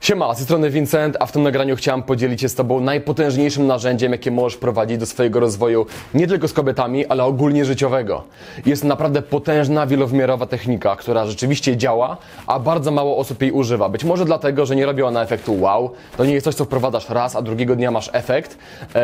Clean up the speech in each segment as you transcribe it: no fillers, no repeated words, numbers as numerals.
Siema, z tej strony Vincent, a w tym nagraniu chciałem podzielić się z Tobą najpotężniejszym narzędziem, jakie możesz prowadzić do swojego rozwoju, nie tylko z kobietami, ale ogólnie życiowego. Jest to naprawdę potężna, wielowymiarowa technika, która rzeczywiście działa, a bardzo mało osób jej używa. Być może dlatego, że nie robi ona efektu wow, to nie jest coś, co wprowadzasz raz, a drugiego dnia masz efekt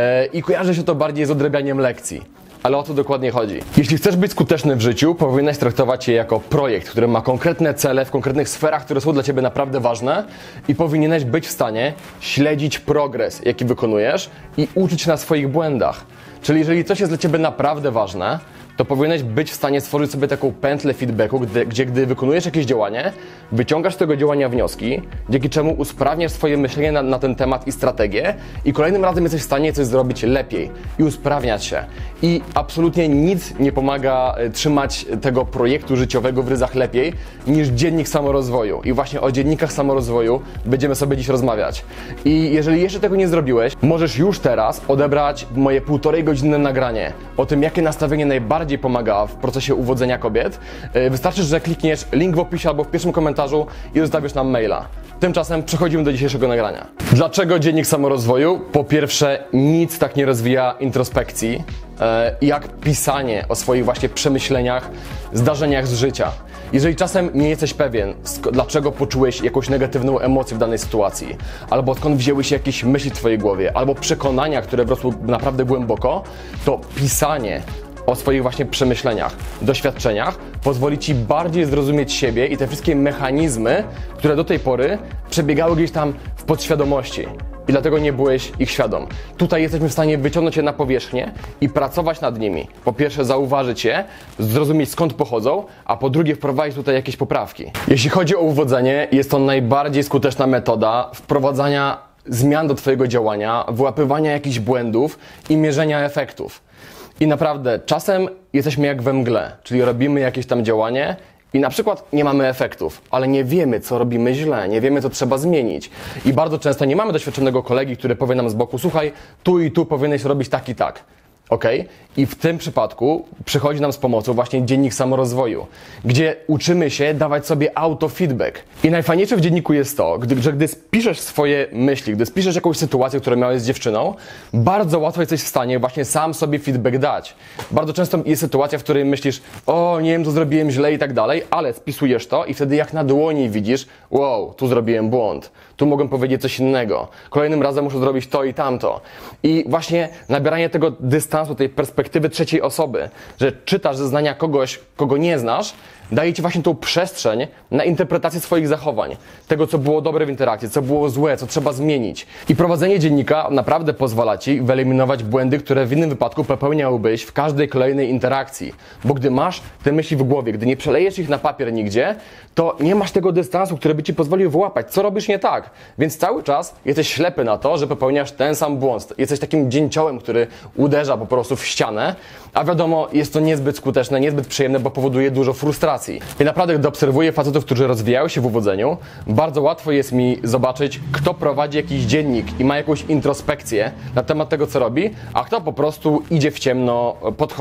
i kojarzy się to bardziej z odrabianiem lekcji. Ale o co dokładnie chodzi? Jeśli chcesz być skuteczny w życiu, powinieneś traktować je jako projekt, który ma konkretne cele w konkretnych sferach, które są dla Ciebie naprawdę ważne i powinieneś być w stanie śledzić progres, jaki wykonujesz i uczyć się na swoich błędach. Czyli jeżeli coś jest dla Ciebie naprawdę ważne, to powinieneś być w stanie stworzyć sobie taką pętlę feedbacku, gdzie gdy wykonujesz jakieś działanie, wyciągasz z tego działania wnioski, dzięki czemu usprawniasz swoje myślenie na ten temat i strategię i kolejnym razem jesteś w stanie coś zrobić lepiej i usprawniać się. I absolutnie nic nie pomaga trzymać tego projektu życiowego w ryzach lepiej niż dziennik samorozwoju. I właśnie o dziennikach samorozwoju będziemy sobie dziś rozmawiać. I jeżeli jeszcze tego nie zrobiłeś, możesz już teraz odebrać moje 1,5-godzinne nagranie o tym, jakie nastawienie najbardziej pomaga w procesie uwodzenia kobiet. Wystarczy, że klikniesz link w opisie albo w pierwszym komentarzu i zostawisz nam maila. Tymczasem przechodzimy do dzisiejszego nagrania. Dlaczego dziennik samorozwoju? Po pierwsze, nic tak nie rozwija introspekcji, jak pisanie o swoich właśnie przemyśleniach, zdarzeniach z życia. Jeżeli czasem nie jesteś pewien, dlaczego poczułeś jakąś negatywną emocję w danej sytuacji, albo skąd wzięły się jakieś myśli w Twojej głowie, albo przekonania, które wrosły naprawdę głęboko, to pisanie o swoich właśnie przemyśleniach, doświadczeniach pozwoli Ci bardziej zrozumieć siebie i te wszystkie mechanizmy, które do tej pory przebiegały gdzieś tam w podświadomości i dlatego nie byłeś ich świadom. Tutaj jesteśmy w stanie wyciągnąć je na powierzchnię i pracować nad nimi. Po pierwsze zauważyć je, zrozumieć skąd pochodzą, a po drugie wprowadzić tutaj jakieś poprawki. Jeśli chodzi o uwodzenie, jest to najbardziej skuteczna metoda wprowadzania zmian do Twojego działania, wyłapywania jakichś błędów i mierzenia efektów. I naprawdę, czasem jesteśmy jak we mgle, czyli robimy jakieś tam działanie i na przykład nie mamy efektów, ale nie wiemy, co robimy źle, nie wiemy, co trzeba zmienić. I bardzo często nie mamy doświadczonego kolegi, który powie nam z boku, słuchaj, tu i tu powinieneś robić tak i tak. Okay? I w tym przypadku przychodzi nam z pomocą właśnie dziennik samorozwoju, gdzie uczymy się dawać sobie autofeedback. I najfajniejsze w dzienniku jest to, że gdy spiszesz swoje myśli, gdy spiszesz jakąś sytuację, którą miałeś z dziewczyną, bardzo łatwo jesteś w stanie właśnie sam sobie feedback dać. Bardzo często jest sytuacja, w której myślisz, o nie wiem, co zrobiłem źle i tak dalej, ale spisujesz to i wtedy jak na dłoni widzisz, wow, tu zrobiłem błąd, tu mogłem powiedzieć coś innego, kolejnym razem muszę zrobić to i tamto. I właśnie nabieranie tego dystansu, tej perspektywy trzeciej osoby, że czytasz zeznania kogoś, kogo nie znasz, daje Ci właśnie tą przestrzeń na interpretację swoich zachowań. Tego, co było dobre w interakcji, co było złe, co trzeba zmienić. I prowadzenie dziennika naprawdę pozwala Ci wyeliminować błędy, które w innym wypadku popełniałbyś w każdej kolejnej interakcji. Bo gdy masz te myśli w głowie, gdy nie przelejesz ich na papier nigdzie, to nie masz tego dystansu, który by Ci pozwolił wyłapać, co robisz nie tak. Więc cały czas jesteś ślepy na to, że popełniasz ten sam błąd. Jesteś takim dzięciołem, który uderza po prostu w ścianę, a wiadomo, jest to niezbyt skuteczne, niezbyt przyjemne, bo powoduje dużo frustracji. I naprawdę, gdy obserwuję facetów, którzy rozwijają się w uwodzeniu, bardzo łatwo jest mi zobaczyć, kto prowadzi jakiś dziennik i ma jakąś introspekcję na temat tego, co robi, a kto po prostu idzie w ciemno,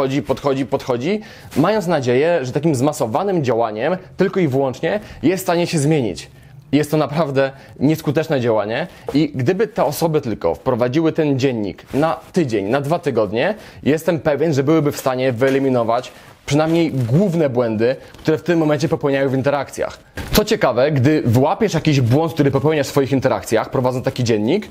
podchodzi, mając nadzieję, że takim zmasowanym działaniem tylko i wyłącznie jest w stanie się zmienić. Jest to naprawdę nieskuteczne działanie i gdyby te osoby tylko wprowadziły ten dziennik na tydzień, na 2 tygodnie, jestem pewien, że byłyby w stanie wyeliminować przynajmniej główne błędy, które w tym momencie popełniają w interakcjach. Co ciekawe, gdy wyłapiesz jakiś błąd, który popełniasz w swoich interakcjach, prowadząc taki dziennik,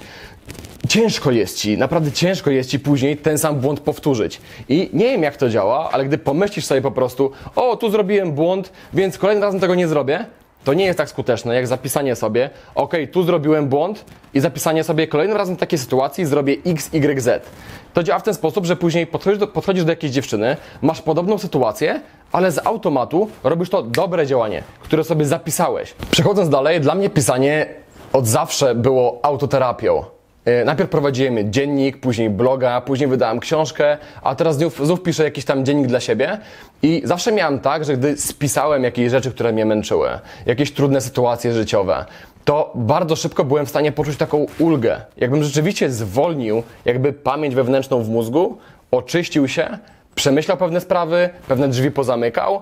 ciężko jest Ci, naprawdę ciężko jest Ci później ten sam błąd powtórzyć. I nie wiem, jak to działa, ale gdy pomyślisz sobie po prostu, o, tu zrobiłem błąd, więc kolejnym razem tego nie zrobię, to nie jest tak skuteczne jak zapisanie sobie, ok, tu zrobiłem błąd i zapisanie sobie kolejnym razem w takiej sytuacji zrobię X, Y, Z. To działa w ten sposób, że później podchodzisz do jakiejś dziewczyny, masz podobną sytuację, ale z automatu robisz to dobre działanie, które sobie zapisałeś. Przechodząc dalej, dla mnie pisanie od zawsze było autoterapią. Najpierw prowadziłem dziennik, później bloga, później wydałem książkę, a teraz znów piszę jakiś tam dziennik dla siebie i zawsze miałem tak, że gdy spisałem jakieś rzeczy, które mnie męczyły, jakieś trudne sytuacje życiowe, to bardzo szybko byłem w stanie poczuć taką ulgę. Jakbym rzeczywiście zwolnił jakby pamięć wewnętrzną w mózgu, oczyścił się, przemyślał pewne sprawy, pewne drzwi pozamykał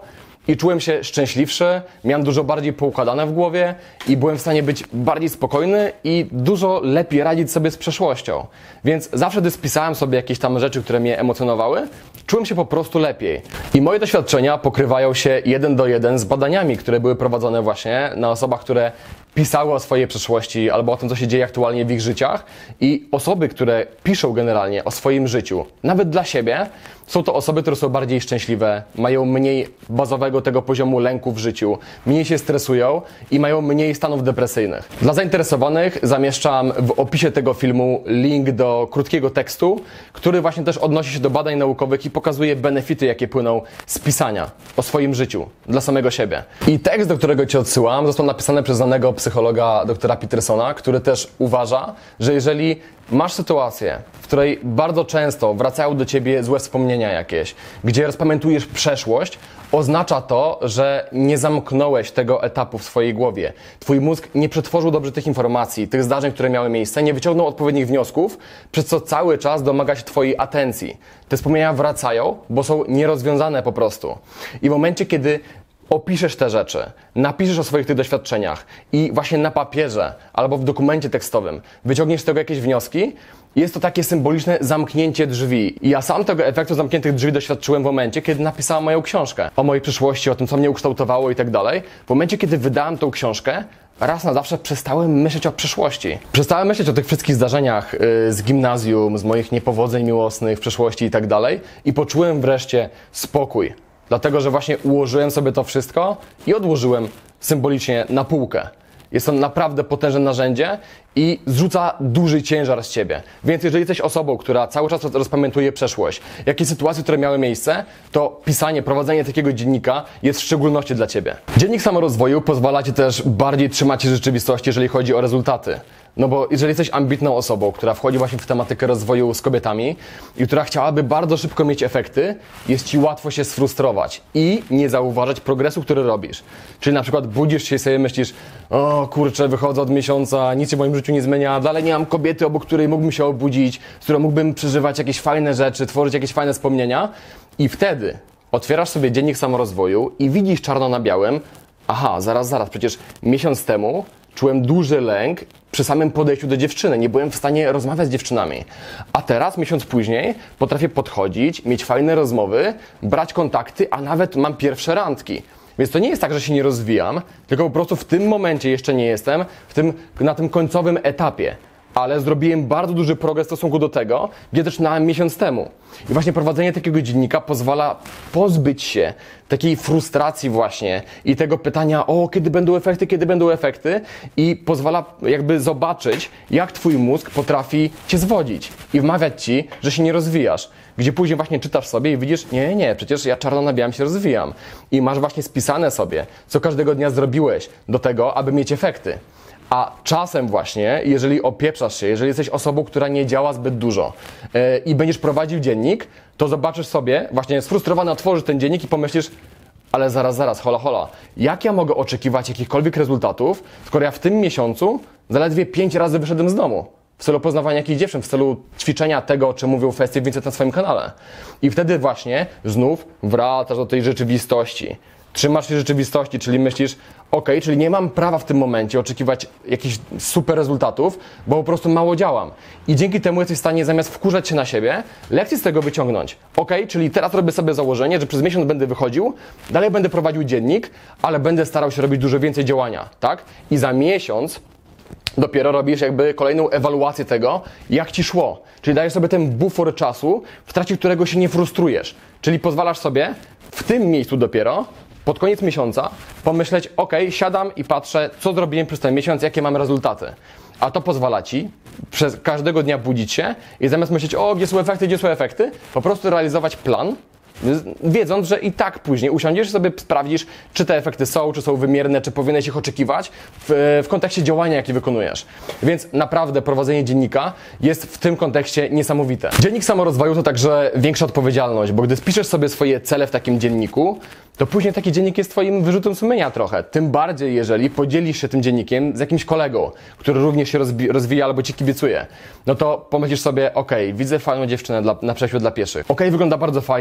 I czułem się szczęśliwszy, miałem dużo bardziej poukładane w głowie i byłem w stanie być bardziej spokojny i dużo lepiej radzić sobie z przeszłością. Więc zawsze, gdy spisałem sobie jakieś tam rzeczy, które mnie emocjonowały, czułem się po prostu lepiej. I moje doświadczenia pokrywają się 1 do 1 z badaniami, które były prowadzone właśnie na osobach, które pisały o swojej przeszłości albo o tym, co się dzieje aktualnie w ich życiach. I osoby, które piszą generalnie o swoim życiu, nawet dla siebie, są to osoby, które są bardziej szczęśliwe, mają mniej bazowego tego poziomu lęku w życiu, mniej się stresują i mają mniej stanów depresyjnych. Dla zainteresowanych zamieszczam w opisie tego filmu link do krótkiego tekstu, który właśnie też odnosi się do badań naukowych i pokazuje benefity, jakie płyną z pisania o swoim życiu dla samego siebie. I tekst, do którego Cię odsyłam, został napisany przez znanego psychologa doktora Petersona, który też uważa, że jeżeli masz sytuację, w której bardzo często wracają do Ciebie złe wspomnienia jakieś, gdzie rozpamiętujesz przeszłość, oznacza to, że nie zamknąłeś tego etapu w swojej głowie. Twój mózg nie przetworzył dobrze tych informacji, tych zdarzeń, które miały miejsce, nie wyciągnął odpowiednich wniosków, przez co cały czas domaga się Twojej atencji. Te wspomnienia wracają, bo są nierozwiązane po prostu. I w momencie, kiedy opiszesz te rzeczy, napiszesz o swoich tych doświadczeniach i właśnie na papierze albo w dokumencie tekstowym wyciągniesz z tego jakieś wnioski, jest to takie symboliczne zamknięcie drzwi. I ja sam tego efektu zamkniętych drzwi doświadczyłem w momencie, kiedy napisałem moją książkę o mojej przyszłości, o tym, co mnie ukształtowało i tak dalej. W momencie, kiedy wydałem tą książkę, raz na zawsze przestałem myśleć o przyszłości. Przestałem myśleć o tych wszystkich zdarzeniach z gimnazjum, z moich niepowodzeń miłosnych w przeszłości i tak dalej i poczułem wreszcie spokój. Dlatego, że właśnie ułożyłem sobie to wszystko i odłożyłem symbolicznie na półkę. Jest to naprawdę potężne narzędzie i zrzuca duży ciężar z Ciebie. Więc jeżeli jesteś osobą, która cały czas rozpamiętuje przeszłość, jakieś sytuacje, które miały miejsce, to pisanie, prowadzenie takiego dziennika jest w szczególności dla Ciebie. Dziennik samorozwoju pozwala Ci też bardziej trzymać się rzeczywistości, jeżeli chodzi o rezultaty. No bo jeżeli jesteś ambitną osobą, która wchodzi właśnie w tematykę rozwoju z kobietami i która chciałaby bardzo szybko mieć efekty, jest Ci łatwo się sfrustrować i nie zauważać progresu, który robisz. Czyli na przykład budzisz się i sobie myślisz, o kurczę, wychodzę od miesiąca, nic się w moim życiu nie zmienia, dalej nie mam kobiety, obok której mógłbym się obudzić, z którą mógłbym przeżywać jakieś fajne rzeczy, tworzyć jakieś fajne wspomnienia i wtedy otwierasz sobie dziennik samorozwoju i widzisz czarno na białym, aha, zaraz, przecież miesiąc temu czułem duży lęk przy samym podejściu do dziewczyny. Nie byłem w stanie rozmawiać z dziewczynami. A teraz, miesiąc później, potrafię podchodzić, mieć fajne rozmowy, brać kontakty, a nawet mam pierwsze randki. Więc to nie jest tak, że się nie rozwijam, tylko po prostu w tym momencie jeszcze nie jestem na tym końcowym etapie. Ale zrobiłem bardzo duży progres w stosunku do tego, gdzie zaczynałem miesiąc temu. I właśnie prowadzenie takiego dziennika pozwala pozbyć się takiej frustracji właśnie i tego pytania, o kiedy będą efekty i pozwala jakby zobaczyć, jak Twój mózg potrafi Cię zwodzić i wmawiać Ci, że się nie rozwijasz. Gdzie później właśnie czytasz sobie i widzisz, nie, przecież ja czarno na białym się rozwijam. I masz właśnie spisane sobie, co każdego dnia zrobiłeś do tego, aby mieć efekty. A czasem właśnie, jeżeli opieprzasz się, jeżeli jesteś osobą, która nie działa zbyt dużo i będziesz prowadził dziennik, to zobaczysz sobie, właśnie sfrustrowany otworzysz ten dziennik i pomyślisz, ale zaraz, hola, jak ja mogę oczekiwać jakichkolwiek rezultatów, skoro ja w tym miesiącu zaledwie 5 razy wyszedłem z domu? W celu poznawania jakichś dziewczyn, w celu ćwiczenia tego, o czym mówił Festy Vincent na swoim kanale. I wtedy właśnie znów wracasz do tej rzeczywistości. Trzymasz się rzeczywistości, czyli myślisz, czyli nie mam prawa w tym momencie oczekiwać jakichś super rezultatów, bo po prostu mało działam. I dzięki temu jesteś w stanie zamiast wkurzać się na siebie, lekcje z tego wyciągnąć. Czyli teraz robię sobie założenie, że przez miesiąc będę wychodził, dalej będę prowadził dziennik, ale będę starał się robić dużo więcej działania, tak? I za miesiąc dopiero robisz jakby kolejną ewaluację tego, jak Ci szło. Czyli dajesz sobie ten bufor czasu, w trakcie którego się nie frustrujesz. Czyli pozwalasz sobie w tym miejscu dopiero pod koniec miesiąca pomyśleć, siadam i patrzę, co zrobiłem przez ten miesiąc, jakie mam rezultaty. A to pozwala Ci przez każdego dnia budzić się i zamiast myśleć, gdzie są efekty, po prostu realizować plan, wiedząc, że i tak później usiądziesz i sobie sprawdzisz, czy te efekty są, czy są wymierne, czy powinieneś ich oczekiwać w kontekście działania, jakie wykonujesz. Więc naprawdę prowadzenie dziennika jest w tym kontekście niesamowite. Dziennik samorozwoju to także większa odpowiedzialność, bo gdy spiszesz sobie swoje cele w takim dzienniku, to później taki dziennik jest Twoim wyrzutem sumienia trochę. Tym bardziej, jeżeli podzielisz się tym dziennikiem z jakimś kolegą, który również się rozwija albo Ci kibicuje. No to pomyślisz sobie, widzę fajną dziewczynę na przejściu dla pieszych. Wygląda bardzo fajnie, chciałem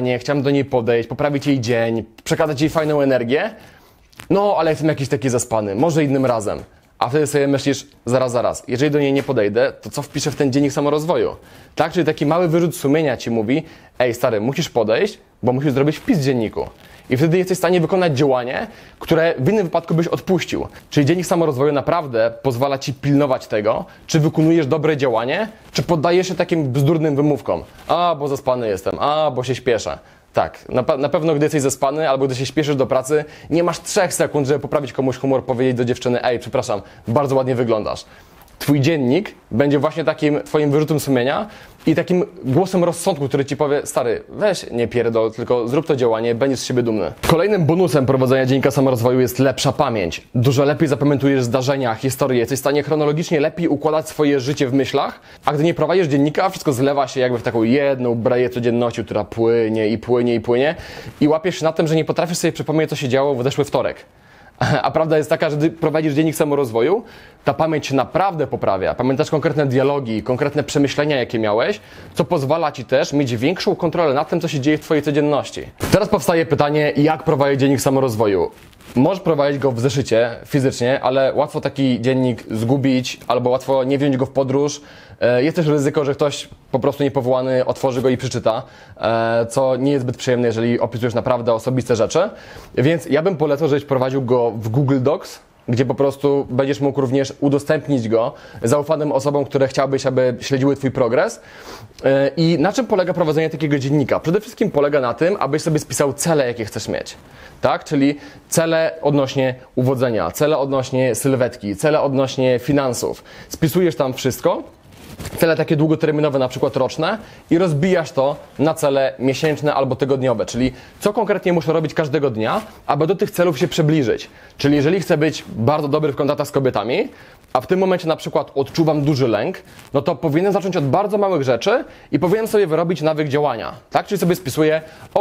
do niej podejść, poprawić jej dzień, przekazać jej fajną energię, no ale jestem jakiś taki zaspany, może innym razem. A wtedy sobie myślisz, zaraz, jeżeli do niej nie podejdę, to co wpiszę w ten dziennik samorozwoju? Tak, czyli taki mały wyrzut sumienia ci mówi, ej stary, musisz podejść, bo musisz zrobić wpis w dzienniku. I wtedy jesteś w stanie wykonać działanie, które w innym wypadku byś odpuścił. Czyli dziennik samorozwoju naprawdę pozwala ci pilnować tego, czy wykonujesz dobre działanie, czy poddajesz się takim bzdurnym wymówkom. A, bo zaspany jestem, a, bo się śpieszę. Tak, na pewno gdy jesteś zaspany albo gdy się śpieszysz do pracy, nie masz 3 sekund, żeby poprawić komuś humor, powiedzieć do dziewczyny, ej, przepraszam, bardzo ładnie wyglądasz. Twój dziennik będzie właśnie takim twoim wyrzutem sumienia i takim głosem rozsądku, który ci powie, stary, weź nie pierdol, tylko zrób to działanie, będziesz z siebie dumny. Kolejnym bonusem prowadzenia dziennika samorozwoju jest lepsza pamięć. Dużo lepiej zapamiętujesz zdarzenia, historie, jesteś w stanie chronologicznie lepiej układać swoje życie w myślach, a gdy nie prowadzisz dziennika, wszystko zlewa się jakby w taką jedną braję codzienności, która płynie i łapiesz się na tym, że nie potrafisz sobie przypomnieć, co się działo w zeszły wtorek. A prawda jest taka, że gdy prowadzisz dziennik samorozwoju, ta pamięć się naprawdę poprawia. Pamiętasz konkretne dialogi, konkretne przemyślenia, jakie miałeś, co pozwala ci też mieć większą kontrolę nad tym, co się dzieje w twojej codzienności. Teraz powstaje pytanie, jak prowadzić dziennik samorozwoju? Możesz prowadzić go w zeszycie, fizycznie, ale łatwo taki dziennik zgubić albo łatwo nie wziąć go w podróż. Jest też ryzyko, że ktoś po prostu niepowołany otworzy go i przeczyta, co nie jest zbyt przyjemne, jeżeli opisujesz naprawdę osobiste rzeczy. Więc ja bym polecał, żebyś prowadził go w Google Docs, gdzie po prostu będziesz mógł również udostępnić go zaufanym osobom, które chciałbyś, aby śledziły twój progres. I na czym polega prowadzenie takiego dziennika? Przede wszystkim polega na tym, abyś sobie spisał cele, jakie chcesz mieć. Tak? Czyli cele odnośnie uwodzenia, cele odnośnie sylwetki, cele odnośnie finansów. Spisujesz tam wszystko, cele takie długoterminowe, na przykład roczne i rozbijasz to na cele miesięczne albo tygodniowe, czyli co konkretnie muszę robić każdego dnia, aby do tych celów się przybliżyć. Czyli jeżeli chcę być bardzo dobry w kontaktach z kobietami, a w tym momencie na przykład odczuwam duży lęk, no to powinienem zacząć od bardzo małych rzeczy i powinienem sobie wyrobić nawyk działania. Tak? Czyli sobie spisuję,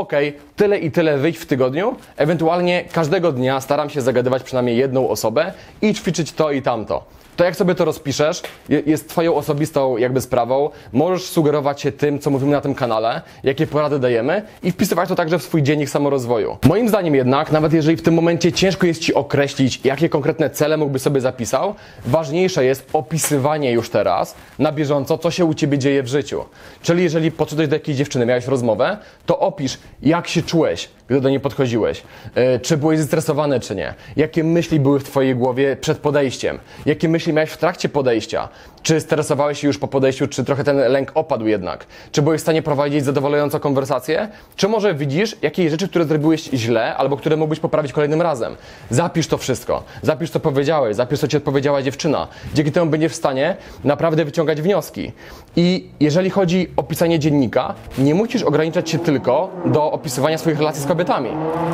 tyle i tyle wyjść w tygodniu, ewentualnie każdego dnia staram się zagadywać przynajmniej jedną osobę i ćwiczyć to i tamto. To jak sobie to rozpiszesz, jest twoją osobistą jakby sprawą, możesz sugerować się tym, co mówimy na tym kanale, jakie porady dajemy i wpisywać to także w swój dziennik samorozwoju. Moim zdaniem jednak, nawet jeżeli w tym momencie ciężko jest ci określić, jakie konkretne cele mógłbyś sobie zapisał, ważniejsze jest opisywanie już teraz, na bieżąco, co się u ciebie dzieje w życiu. Czyli jeżeli podszedłeś do jakiejś dziewczyny, miałeś rozmowę, to opisz, jak się czułeś, gdy do niej podchodziłeś, czy byłeś zestresowany, czy nie, jakie myśli były w twojej głowie przed podejściem, jakie myśli miałeś w trakcie podejścia, czy stresowałeś się już po podejściu, czy trochę ten lęk opadł jednak, czy byłeś w stanie prowadzić zadowalająco konwersację, czy może widzisz jakieś rzeczy, które zrobiłeś źle, albo które mógłbyś poprawić kolejnym razem. Zapisz to wszystko, zapisz co powiedziałeś, zapisz co ci odpowiedziała dziewczyna, dzięki temu będziesz w stanie naprawdę wyciągać wnioski. I jeżeli chodzi o pisanie dziennika, nie musisz ograniczać się tylko do opisywania swoich relacji z kobietami.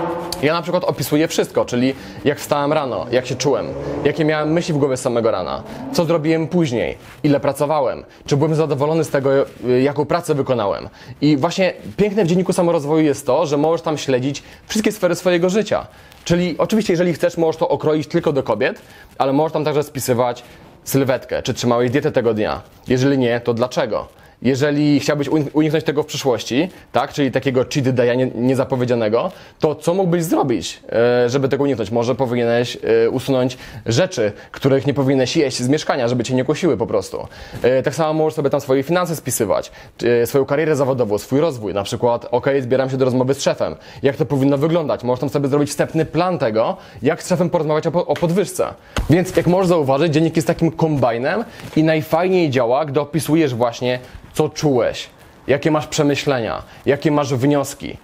Ja na przykład opisuję wszystko, czyli jak wstałem rano, jak się czułem, jakie miałem myśli w głowie z samego rana, co zrobiłem później, ile pracowałem, czy byłem zadowolony z tego, jaką pracę wykonałem. I właśnie piękne w dzienniku samorozwoju jest to, że możesz tam śledzić wszystkie sfery swojego życia. Czyli oczywiście, jeżeli chcesz, możesz to okroić tylko do kobiet, ale możesz tam także spisywać sylwetkę, czy trzymałeś dietę tego dnia. Jeżeli nie, to dlaczego? Jeżeli chciałbyś uniknąć tego w przyszłości, tak, czyli takiego cheat day'a niezapowiedzianego, to co mógłbyś zrobić, żeby tego uniknąć? Może powinieneś usunąć rzeczy, których nie powinieneś jeść z mieszkania, żeby cię nie kusiły po prostu. Tak samo możesz sobie tam swoje finanse spisywać, swoją karierę zawodową, swój rozwój, na przykład, zbieram się do rozmowy z szefem, jak to powinno wyglądać. Możesz tam sobie zrobić wstępny plan tego, jak z szefem porozmawiać o podwyżce. Więc jak możesz zauważyć, dziennik jest takim kombajnem i najfajniej działa, gdy opisujesz właśnie, co czułeś, jakie masz przemyślenia, jakie masz wnioski.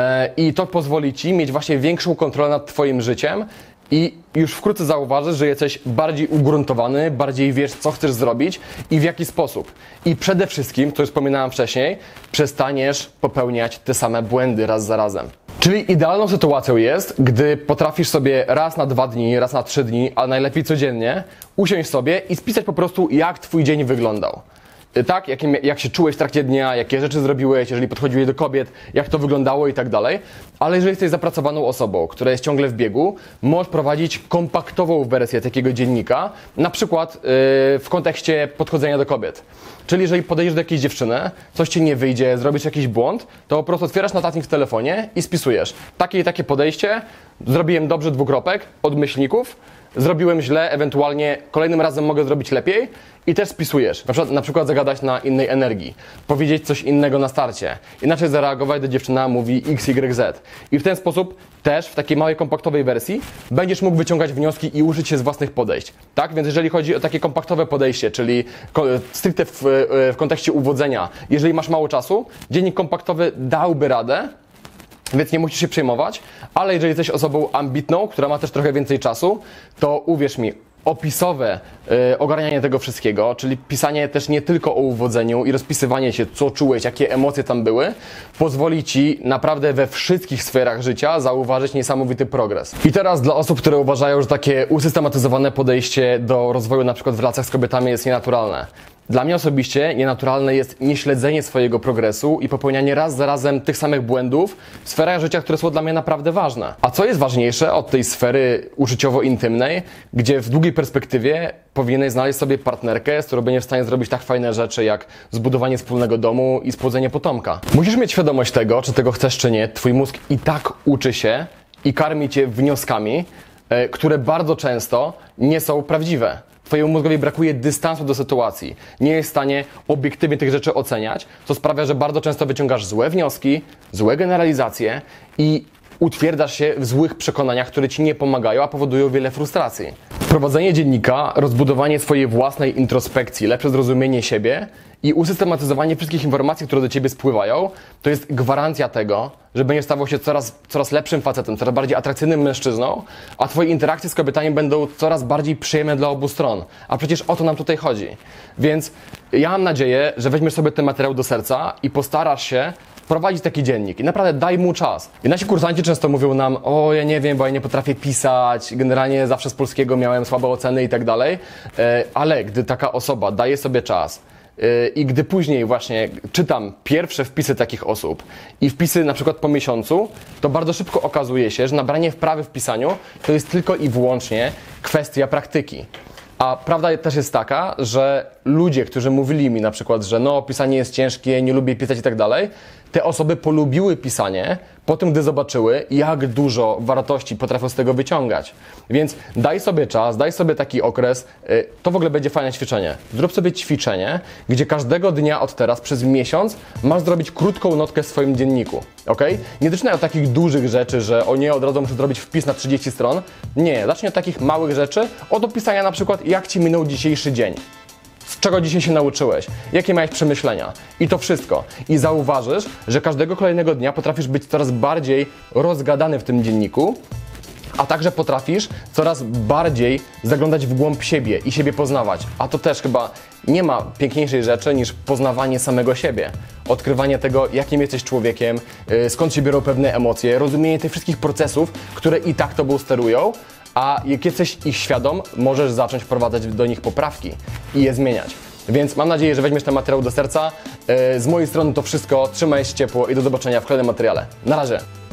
I to pozwoli ci mieć właśnie większą kontrolę nad twoim życiem i już wkrótce zauważysz, że jesteś bardziej ugruntowany, bardziej wiesz, co chcesz zrobić i w jaki sposób. I przede wszystkim, to już wspominałem wcześniej, przestaniesz popełniać te same błędy raz za razem. Czyli idealną sytuacją jest, gdy potrafisz sobie raz na 2 dni, raz na 3 dni, a najlepiej codziennie, usiąść sobie i spisać po prostu, jak twój dzień wyglądał. tak? Jak się czułeś w trakcie dnia, jakie rzeczy zrobiłeś, jeżeli podchodziłeś do kobiet, jak to wyglądało i tak dalej. Ale jeżeli jesteś zapracowaną osobą, która jest ciągle w biegu, możesz prowadzić kompaktową wersję takiego dziennika, na przykład w kontekście podchodzenia do kobiet. Czyli jeżeli podejdziesz do jakiejś dziewczyny, coś ci nie wyjdzie, zrobisz jakiś błąd, to po prostu otwierasz notatnik w telefonie i spisujesz. Takie i takie podejście, zrobiłem dobrze, dwukropek, od myślników, zrobiłem źle, ewentualnie kolejnym razem mogę zrobić lepiej i też spisujesz. Na przykład zagadać na innej energii, powiedzieć coś innego na starcie, inaczej zareagować, gdy dziewczyna mówi X, Y, Z. I w ten sposób też w takiej małej, kompaktowej wersji będziesz mógł wyciągać wnioski i uczyć się z własnych podejść. Tak? Więc jeżeli chodzi o takie kompaktowe podejście, czyli stricte w kontekście uwodzenia, jeżeli masz mało czasu, dziennik kompaktowy dałby radę, więc nie musisz się przejmować, ale jeżeli jesteś osobą ambitną, która ma też trochę więcej czasu, to uwierz mi, opisowe ogarnianie tego wszystkiego, czyli pisanie też nie tylko o uwodzeniu i rozpisywanie się, co czułeś, jakie emocje tam były, pozwoli Ci naprawdę we wszystkich sferach życia zauważyć niesamowity progres. I teraz dla osób, które uważają, że takie usystematyzowane podejście do rozwoju na przykład w relacjach z kobietami jest nienaturalne. Dla mnie osobiście nienaturalne jest nieśledzenie swojego progresu i popełnianie raz za razem tych samych błędów w sferach życia, które są dla mnie naprawdę ważne. A co jest ważniejsze od tej sfery uczuciowo-intymnej, gdzie w długiej perspektywie powinieneś znaleźć sobie partnerkę, z którą będziesz w stanie zrobić tak fajne rzeczy jak zbudowanie wspólnego domu i spłodzenie potomka. Musisz mieć świadomość tego, czy tego chcesz, czy nie. Twój mózg i tak uczy się i karmi cię wnioskami, które bardzo często nie są prawdziwe. Twojemu mózgowi brakuje dystansu do sytuacji. Nie jest w stanie obiektywnie tych rzeczy oceniać, co sprawia, że bardzo często wyciągasz złe wnioski, złe generalizacje i utwierdzasz się w złych przekonaniach, które Ci nie pomagają, a powodują wiele frustracji. Prowadzenie dziennika, rozbudowanie swojej własnej introspekcji, lepsze zrozumienie siebie i usystematyzowanie wszystkich informacji, które do Ciebie spływają, to jest gwarancja tego, że będziesz stawał się coraz lepszym facetem, coraz bardziej atrakcyjnym mężczyzną, a Twoje interakcje z kobietami będą coraz bardziej przyjemne dla obu stron. A przecież o to nam tutaj chodzi. Więc ja mam nadzieję, że weźmiesz sobie ten materiał do serca i postarasz się prowadzić taki dziennik i naprawdę daj mu czas. I nasi kursanci często mówią nam, o ja nie wiem, bo ja nie potrafię pisać, generalnie zawsze z polskiego miałem słabe oceny i tak dalej, ale gdy taka osoba daje sobie czas i gdy później właśnie czytam pierwsze wpisy takich osób i wpisy na przykład po miesiącu, to bardzo szybko okazuje się, że nabranie wprawy w pisaniu to jest tylko i wyłącznie kwestia praktyki. A prawda też jest taka, że ludzie, którzy mówili mi na przykład, że no pisanie jest ciężkie, nie lubię pisać i tak dalej, te osoby polubiły pisanie po tym, gdy zobaczyły, jak dużo wartości potrafią z tego wyciągać. Więc daj sobie czas, daj sobie taki okres, to w ogóle będzie fajne ćwiczenie. Zrób sobie ćwiczenie, gdzie każdego dnia od teraz przez miesiąc masz zrobić krótką notkę w swoim dzienniku, ok? Nie zaczynaj od takich dużych rzeczy, że o nie, od razu muszę zrobić wpis na 30 stron. Nie, zacznij od takich małych rzeczy, od opisania na przykład, jak Ci minął dzisiejszy dzień. Z czego dzisiaj się nauczyłeś? Jakie miałeś przemyślenia? I to wszystko. I zauważysz, że każdego kolejnego dnia potrafisz być coraz bardziej rozgadany w tym dzienniku, a także potrafisz coraz bardziej zaglądać w głąb siebie i siebie poznawać. A to też chyba nie ma piękniejszej rzeczy niż poznawanie samego siebie. Odkrywanie tego, jakim jesteś człowiekiem, skąd się biorą pewne emocje, rozumienie tych wszystkich procesów, które i tak tobą sterują, a jak jesteś ich świadom, możesz zacząć wprowadzać do nich poprawki i je zmieniać. Więc mam nadzieję, że weźmiesz ten materiał do serca. Z mojej strony to wszystko. Trzymaj się ciepło i do zobaczenia w kolejnym materiale. Na razie!